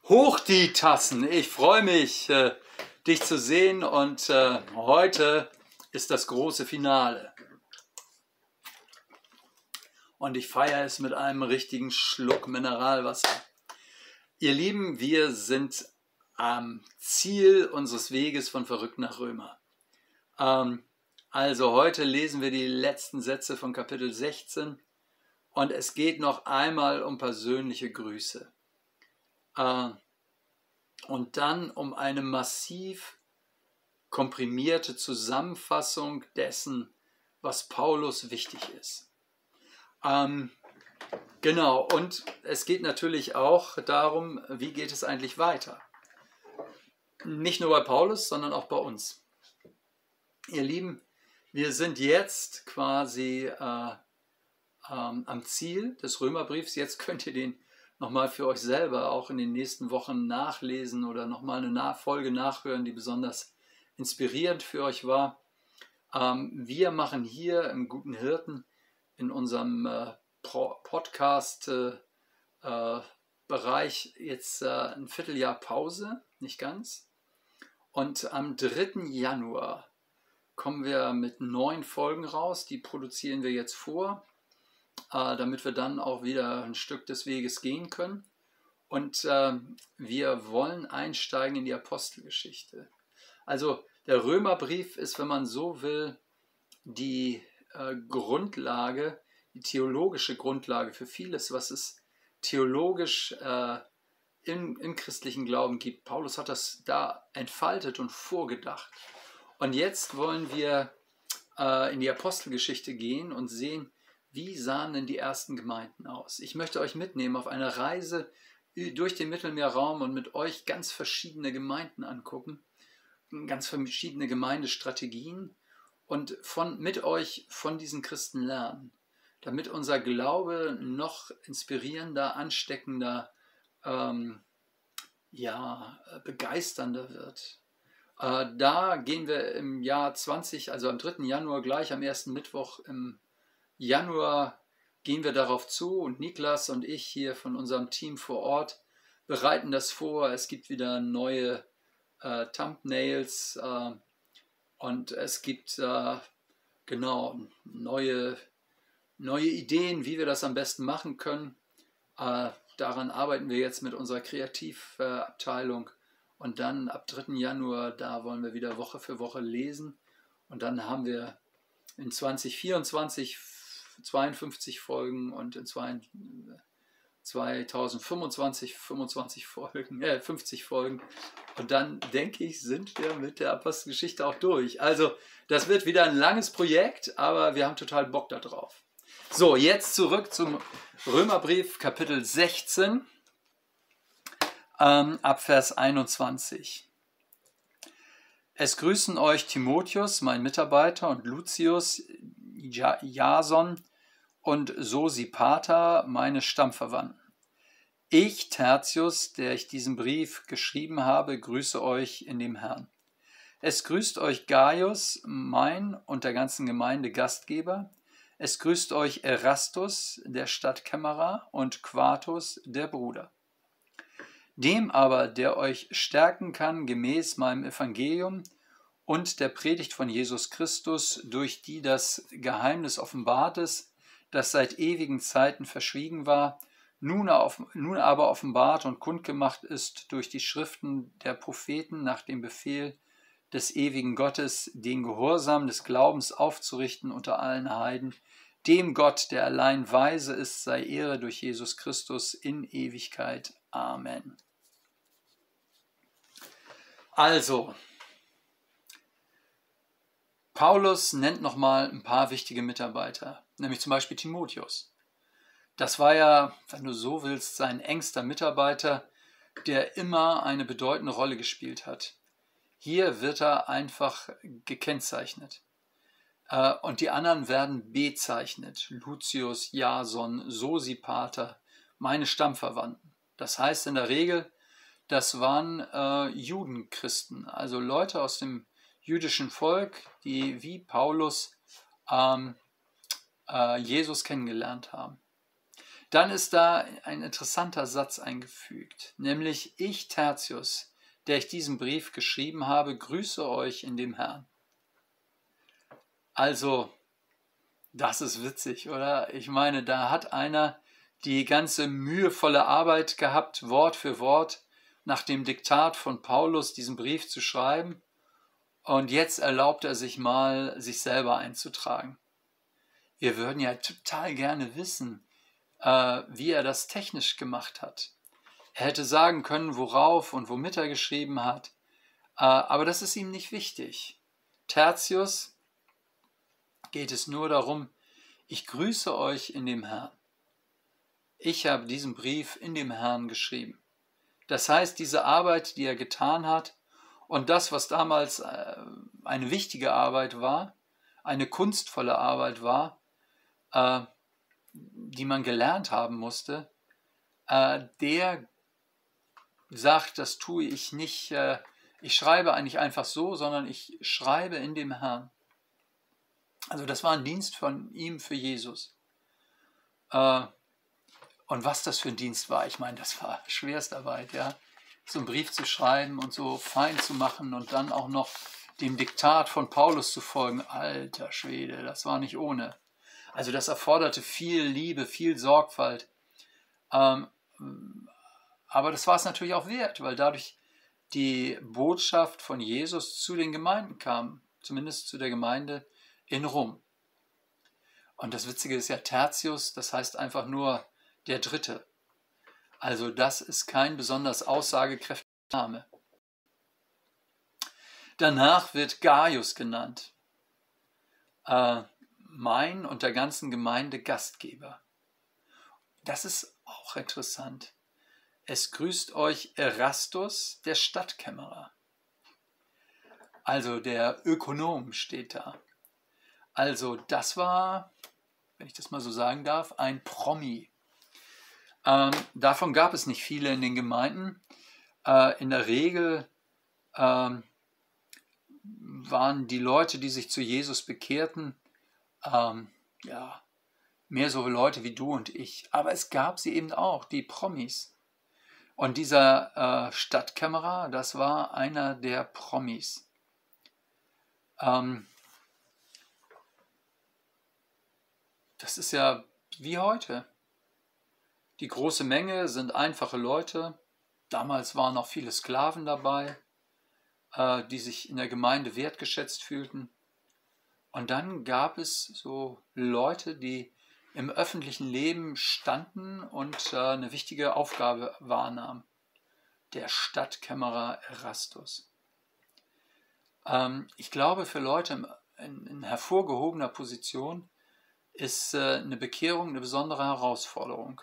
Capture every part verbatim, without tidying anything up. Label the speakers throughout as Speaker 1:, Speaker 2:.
Speaker 1: Hoch die Tassen! Ich freue mich, äh, dich zu sehen, und äh, heute ist das große Finale. Und ich feiere es mit einem richtigen Schluck Mineralwasser. Ihr Lieben, wir sind am Ziel unseres Weges von Verrückt nach Römer. Ähm, also heute lesen wir die letzten Sätze von Kapitel sechzehn und es geht noch einmal um persönliche Grüße. Äh, und dann um eine massiv komprimierte Zusammenfassung dessen, was Paulus wichtig ist. Ähm, genau, und es geht natürlich auch darum, wie geht es eigentlich weiter. Nicht nur bei Paulus, sondern auch bei uns. Ihr Lieben, wir sind jetzt quasi äh, ähm, am Ziel des Römerbriefs. Jetzt könnt ihr den nochmal für euch selber auch in den nächsten Wochen nachlesen oder nochmal eine Nachfolge nachhören, die besonders inspirierend für euch war. Ähm, wir machen hier im Guten Hirten in unserem äh, Podcast-Bereich äh, äh, jetzt äh, ein Vierteljahr Pause, nicht ganz. Und am dritten Januar kommen wir mit neun Folgen raus. Die produzieren wir jetzt vor, äh, damit wir dann auch wieder ein Stück des Weges gehen können. Und äh, wir wollen einsteigen in die Apostelgeschichte. Also der Römerbrief ist, wenn man so will, die äh, Grundlage, die theologische Grundlage für vieles, was es theologisch äh, im, im christlichen Glauben gibt. Paulus hat das da entfaltet und vorgedacht. Und jetzt wollen wir äh, in die Apostelgeschichte gehen und sehen, wie sahen denn die ersten Gemeinden aus. Ich möchte euch mitnehmen auf eine Reise durch den Mittelmeerraum und mit euch ganz verschiedene Gemeinden angucken, ganz verschiedene Gemeindestrategien und von, mit euch von diesen Christen lernen, damit unser Glaube noch inspirierender, ansteckender, ähm, ja, begeisternder wird. Äh, da gehen wir im Jahr zwanzig, also am dritten Januar, gleich am ersten Mittwoch im Januar, gehen wir darauf zu, und Niklas und ich hier von unserem Team vor Ort bereiten das vor. Es gibt wieder neue äh, Thumbnails äh, und es gibt äh, genau neue, neue Ideen, wie wir das am besten machen können. Äh, daran arbeiten wir jetzt mit unserer Kreativabteilung. Und dann ab dritten Januar, da wollen wir wieder Woche für Woche lesen. Und dann haben wir in zwanzig vierundzwanzig zweiundfünfzig Folgen und in zwanzig fünfundzwanzig fünfundzwanzig Folgen, äh, fünfzig Folgen. Und dann, denke ich, sind wir mit der Apostelgeschichte auch durch. Also das wird wieder ein langes Projekt, aber wir haben total Bock da drauf. So, jetzt zurück zum Römerbrief, Kapitel sechzehn. Ähm, ab Vers einundzwanzig. Es grüßen euch Timotheus, mein Mitarbeiter, und Lucius, Jason und Sosipater, meine Stammverwandten. Ich, Tertius, der ich diesen Brief geschrieben habe, grüße euch in dem Herrn. Es grüßt euch Gaius, mein und der ganzen Gemeinde Gastgeber. Es grüßt euch Erastus, der Stadtkämmerer, und Quartus, der Bruder. Dem aber, der euch stärken kann gemäß meinem Evangelium und der Predigt von Jesus Christus, durch die das Geheimnis offenbart ist, das seit ewigen Zeiten verschwiegen war, nun, auf, nun aber offenbart und kundgemacht ist durch die Schriften der Propheten nach dem Befehl des ewigen Gottes, den Gehorsam des Glaubens aufzurichten unter allen Heiden, dem Gott, der allein weise ist, sei Ehre durch Jesus Christus in Ewigkeit. Amen. Also, Paulus nennt nochmal ein paar wichtige Mitarbeiter, nämlich zum Beispiel Timotheus. Das war ja, wenn du so willst, sein engster Mitarbeiter, der immer eine bedeutende Rolle gespielt hat. Hier wird er einfach gekennzeichnet. Und die anderen werden bezeichnet. Lucius, Jason, Sosipater, meine Stammverwandten. Das heißt in der Regel, das waren äh, Judenchristen, also Leute aus dem jüdischen Volk, die wie Paulus ähm, äh, Jesus kennengelernt haben. Dann ist da ein interessanter Satz eingefügt, nämlich: Ich, Tertius, der ich diesen Brief geschrieben habe, grüße euch in dem Herrn. Also, das ist witzig, oder? Ich meine, da hat einer die ganze mühevolle Arbeit gehabt, Wort für Wort, nach dem Diktat von Paulus diesen Brief zu schreiben. Und jetzt erlaubt er sich mal, sich selber einzutragen. Wir würden ja total gerne wissen, äh, wie er das technisch gemacht hat. Er hätte sagen können, worauf und womit er geschrieben hat. Äh, aber das ist ihm nicht wichtig. Tertius geht es nur darum: Ich grüße euch in dem Herrn. Ich habe diesen Brief in dem Herrn geschrieben. Das heißt, diese Arbeit, die er getan hat, und das, was damals äh, eine wichtige Arbeit war, eine kunstvolle Arbeit war, äh, die man gelernt haben musste, äh, der sagt, das tue ich nicht, äh, ich schreibe eigentlich einfach so, sondern ich schreibe in dem Herrn. Also das war ein Dienst von ihm für Jesus. Äh, und was das für ein Dienst war, ich meine, das war Schwerstarbeit, ja. So einen Brief zu schreiben und so fein zu machen und dann auch noch dem Diktat von Paulus zu folgen. Alter Schwede, das war nicht ohne. Also das erforderte viel Liebe, viel Sorgfalt. Ähm, aber das war es natürlich auch wert, weil dadurch die Botschaft von Jesus zu den Gemeinden kam, zumindest zu der Gemeinde in Rom. Und das Witzige ist ja Tertius, das heißt einfach nur der Dritte. Also das ist kein besonders aussagekräftiger Name. Danach wird Gaius genannt. Äh, mein und der ganzen Gemeinde Gastgeber. Das ist auch interessant. Es grüßt euch Erastus, der Stadtkämmerer. Also der Ökonom steht da. Also das war, wenn ich das mal so sagen darf, ein Promi. Ähm, davon gab es nicht viele in den Gemeinden. Äh, in der Regel ähm, waren die Leute, die sich zu Jesus bekehrten, ähm, ja, mehr so Leute wie du und ich. Aber es gab sie eben auch, die Promis. Und dieser äh, Stadtkämmerer, das war einer der Promis. Ähm, das ist ja wie heute. Die große Menge sind einfache Leute. Damals waren noch viele Sklaven dabei, äh, die sich in der Gemeinde wertgeschätzt fühlten. Und dann gab es so Leute, die im öffentlichen Leben standen und äh, eine wichtige Aufgabe wahrnahmen. Der Stadtkämmerer Erastus. Ähm, ich glaube, für Leute in, in hervorgehobener Position ist äh, eine Bekehrung eine besondere Herausforderung.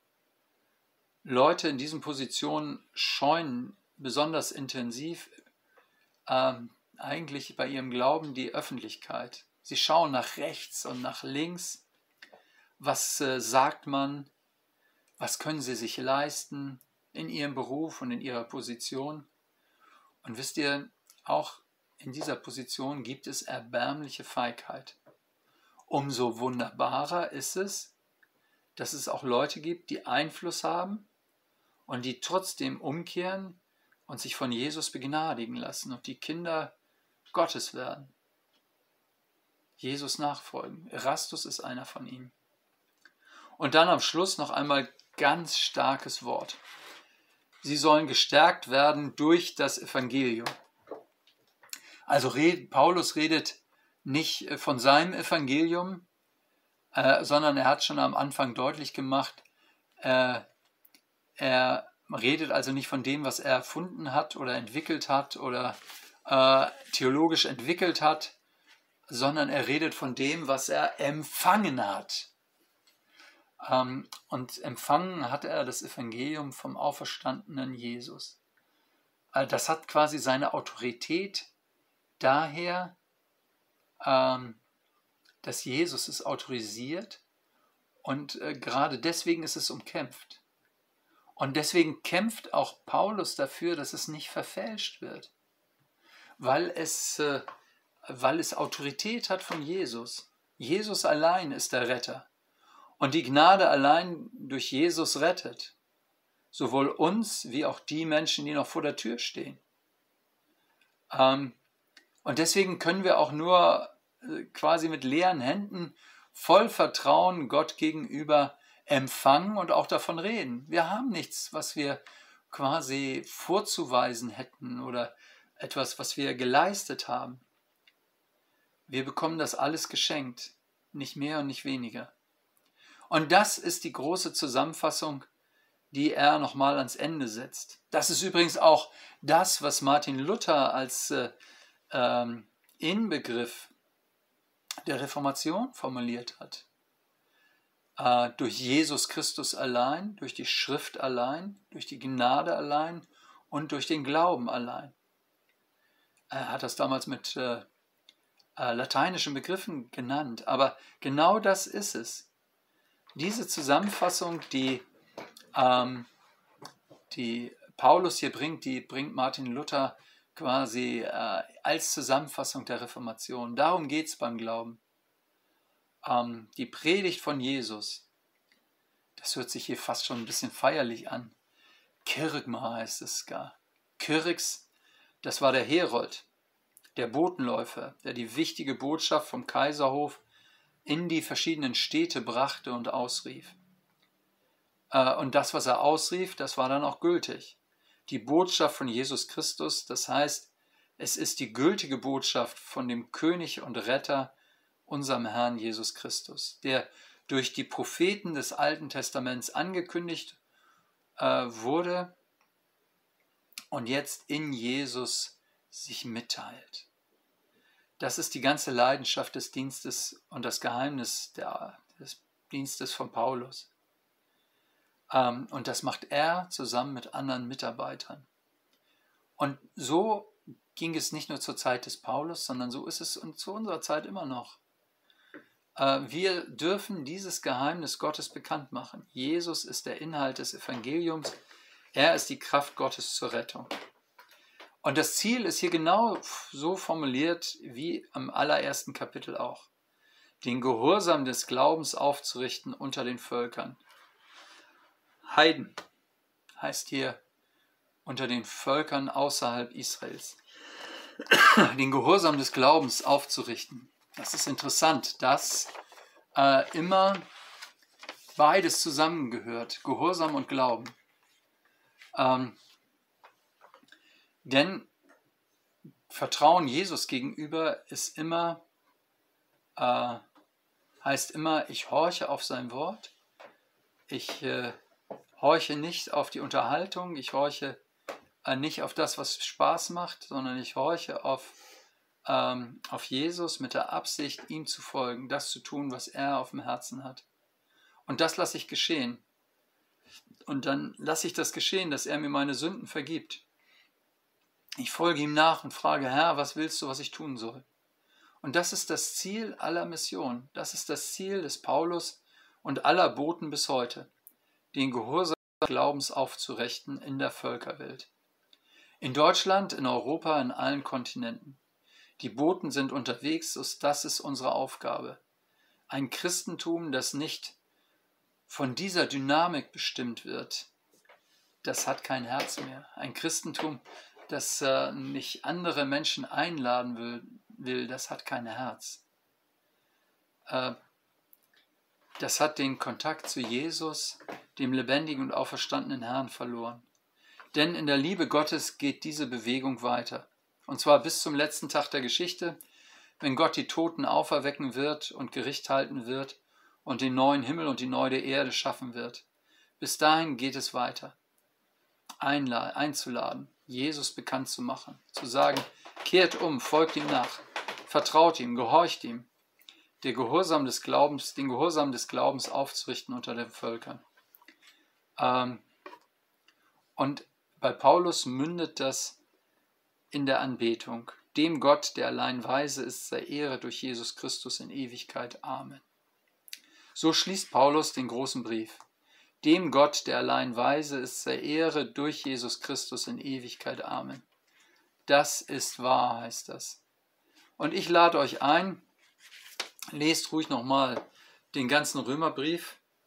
Speaker 1: Leute in diesen Positionen scheuen besonders intensiv ähm, eigentlich bei ihrem Glauben die Öffentlichkeit. Sie schauen nach rechts und nach links. Was äh, sagt man? Was können sie sich leisten in ihrem Beruf und in ihrer Position? Und wisst ihr, auch in dieser Position gibt es erbärmliche Feigheit. Umso wunderbarer ist es, dass es auch Leute gibt, die Einfluss haben und die trotzdem umkehren und sich von Jesus begnadigen lassen und die Kinder Gottes werden. Jesus nachfolgen. Erastus ist einer von ihnen. Und dann am Schluss noch einmal ganz starkes Wort. Sie sollen gestärkt werden durch das Evangelium. Also red, Paulus redet nicht von seinem Evangelium, äh, sondern er hat schon am Anfang deutlich gemacht, äh, er redet also nicht von dem, was er erfunden hat oder entwickelt hat oder äh, theologisch entwickelt hat, sondern er redet von dem, was er empfangen hat. Ähm, und empfangen hat er das Evangelium vom auferstandenen Jesus. Also das hat quasi seine Autorität daher, ähm, dass Jesus es autorisiert und äh, gerade deswegen ist es umkämpft. Und deswegen kämpft auch Paulus dafür, dass es nicht verfälscht wird, weil es, äh, weil es Autorität hat von Jesus. Jesus allein ist der Retter. Und die Gnade allein durch Jesus rettet, sowohl uns wie auch die Menschen, die noch vor der Tür stehen. Ähm, und deswegen können wir auch nur äh, quasi mit leeren Händen voll Vertrauen Gott gegenüber empfangen und auch davon reden. Wir haben nichts, was wir quasi vorzuweisen hätten oder etwas, was wir geleistet haben. Wir bekommen das alles geschenkt, nicht mehr und nicht weniger. Und das ist die große Zusammenfassung, die er nochmal ans Ende setzt. Das ist übrigens auch das, was Martin Luther als äh, ähm, Inbegriff der Reformation formuliert hat. Äh, durch Jesus Christus allein, durch die Schrift allein, durch die Gnade allein und durch den Glauben allein. Er hat das damals mit äh, äh, lateinischen Begriffen genannt, aber genau das ist es. Diese Zusammenfassung, die, ähm, die Paulus hier bringt, die bringt Martin Luther quasi äh, als Zusammenfassung der Reformation. Darum geht es beim Glauben. Ähm, die Predigt von Jesus, das hört sich hier fast schon ein bisschen feierlich an. Kerygma heißt es gar. Kyrix, das war der Herold, der Botenläufer, der die wichtige Botschaft vom Kaiserhof in die verschiedenen Städte brachte und ausrief. Äh, und das, was er ausrief, das war dann auch gültig. Die Botschaft von Jesus Christus, das heißt, es ist die gültige Botschaft von dem König und Retter, unserem Herrn Jesus Christus, der durch die Propheten des Alten Testaments angekündigt äh, wurde und jetzt in Jesus sich mitteilt. Das ist die ganze Leidenschaft des Dienstes und das Geheimnis der, des Dienstes von Paulus. Ähm, und das macht er zusammen mit anderen Mitarbeitern. Und so ging es nicht nur zur Zeit des Paulus, sondern so ist es zu unserer Zeit immer noch. Äh, wir dürfen dieses Geheimnis Gottes bekannt machen. Jesus ist der Inhalt des Evangeliums. Er ist die Kraft Gottes zur Rettung. Und das Ziel ist hier genau so formuliert wie im allerersten Kapitel auch. Den Gehorsam des Glaubens aufzurichten unter den Völkern. Heiden heißt hier unter den Völkern außerhalb Israels. Den Gehorsam des Glaubens aufzurichten. Das ist interessant, dass äh, immer beides zusammengehört, Gehorsam und Glauben. Ähm, denn Vertrauen Jesus gegenüber ist immer, äh, heißt immer, ich horche auf sein Wort, ich äh, horche nicht auf die Unterhaltung, ich horche äh, nicht auf das, was Spaß macht, sondern ich horche auf, ähm, auf Jesus mit der Absicht, ihm zu folgen, das zu tun, was er auf dem Herzen hat. Und das lasse ich geschehen. Und dann lasse ich das geschehen, dass er mir meine Sünden vergibt. Ich folge ihm nach und frage, Herr, was willst du, was ich tun soll? Und das ist das Ziel aller Mission. Das ist das Ziel des Paulus und aller Boten bis heute, den Gehorsam des Glaubens aufzurichten in der Völkerwelt. In Deutschland, in Europa, in allen Kontinenten. Die Boten sind unterwegs, das ist unsere Aufgabe. Ein Christentum, das nicht von dieser Dynamik bestimmt wird, das hat kein Herz mehr. Ein Christentum, das äh, nicht andere Menschen einladen will, will, das hat kein Herz. Äh, das hat den Kontakt zu Jesus, dem lebendigen und auferstandenen Herrn, verloren. Denn in der Liebe Gottes geht diese Bewegung weiter. Und zwar bis zum letzten Tag der Geschichte, wenn Gott die Toten auferwecken wird und Gericht halten wird und den neuen Himmel und die neue Erde schaffen wird. Bis dahin geht es weiter. Einla- einzuladen, Jesus bekannt zu machen, zu sagen, kehrt um, folgt ihm nach, vertraut ihm, gehorcht ihm, der Gehorsam des Glaubens, den Gehorsam des Glaubens aufzurichten unter den Völkern. Ähm, und bei Paulus mündet das in der Anbetung. Dem Gott, der allein weise ist, sei Ehre durch Jesus Christus in Ewigkeit. Amen. So schließt Paulus den großen Brief. Dem Gott, der allein weise ist, sei Ehre durch Jesus Christus in Ewigkeit. Amen. Das ist wahr, heißt das. Und ich lade euch ein, lest ruhig nochmal den ganzen Römerbrief.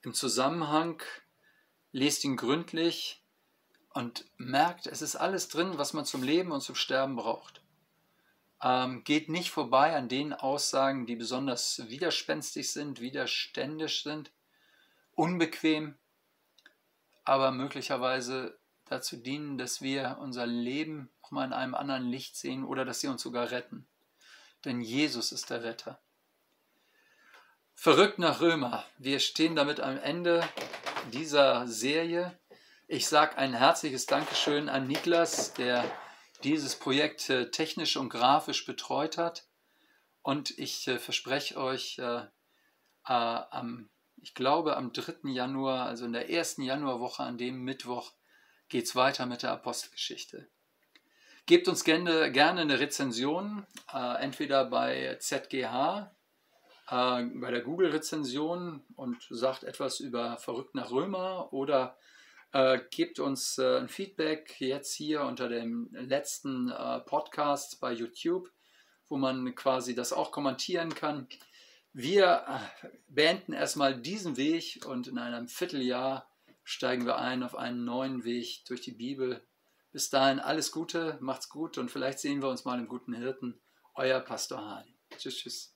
Speaker 1: im Zusammenhang, lest ihn gründlich und merkt, es ist alles drin, was man zum Leben und zum Sterben braucht. Ähm, geht nicht vorbei an den Aussagen, die besonders widerspenstig sind, widerständisch sind, unbequem, aber möglicherweise dazu dienen, dass wir unser Leben nochmal in einem anderen Licht sehen oder dass sie uns sogar retten. Denn Jesus ist der Retter. Verrückt nach Römer. Wir stehen damit am Ende dieser Serie. Ich sage ein herzliches Dankeschön an Niklas, der dieses Projekt äh, technisch und grafisch betreut hat. Und ich äh, verspreche euch, äh, äh, am, ich glaube am dritten Januar, also in der ersten Januarwoche, an dem Mittwoch, geht es weiter mit der Apostelgeschichte. Gebt uns gerne, gerne eine Rezension, äh, entweder bei Z G H, äh, bei der Google-Rezension und sagt etwas über Verrückt nach Römer oder äh, gebt uns äh, ein Feedback jetzt hier unter dem letzten äh, Podcast bei YouTube, wo man quasi das auch kommentieren kann. Wir äh, beenden erstmal diesen Weg und in einem Vierteljahr steigen wir ein auf einen neuen Weg durch die Bibel. Bis dahin alles Gute, macht's gut und vielleicht sehen wir uns mal im Guten Hirten. Euer Pastor Hani. Tschüss, tschüss.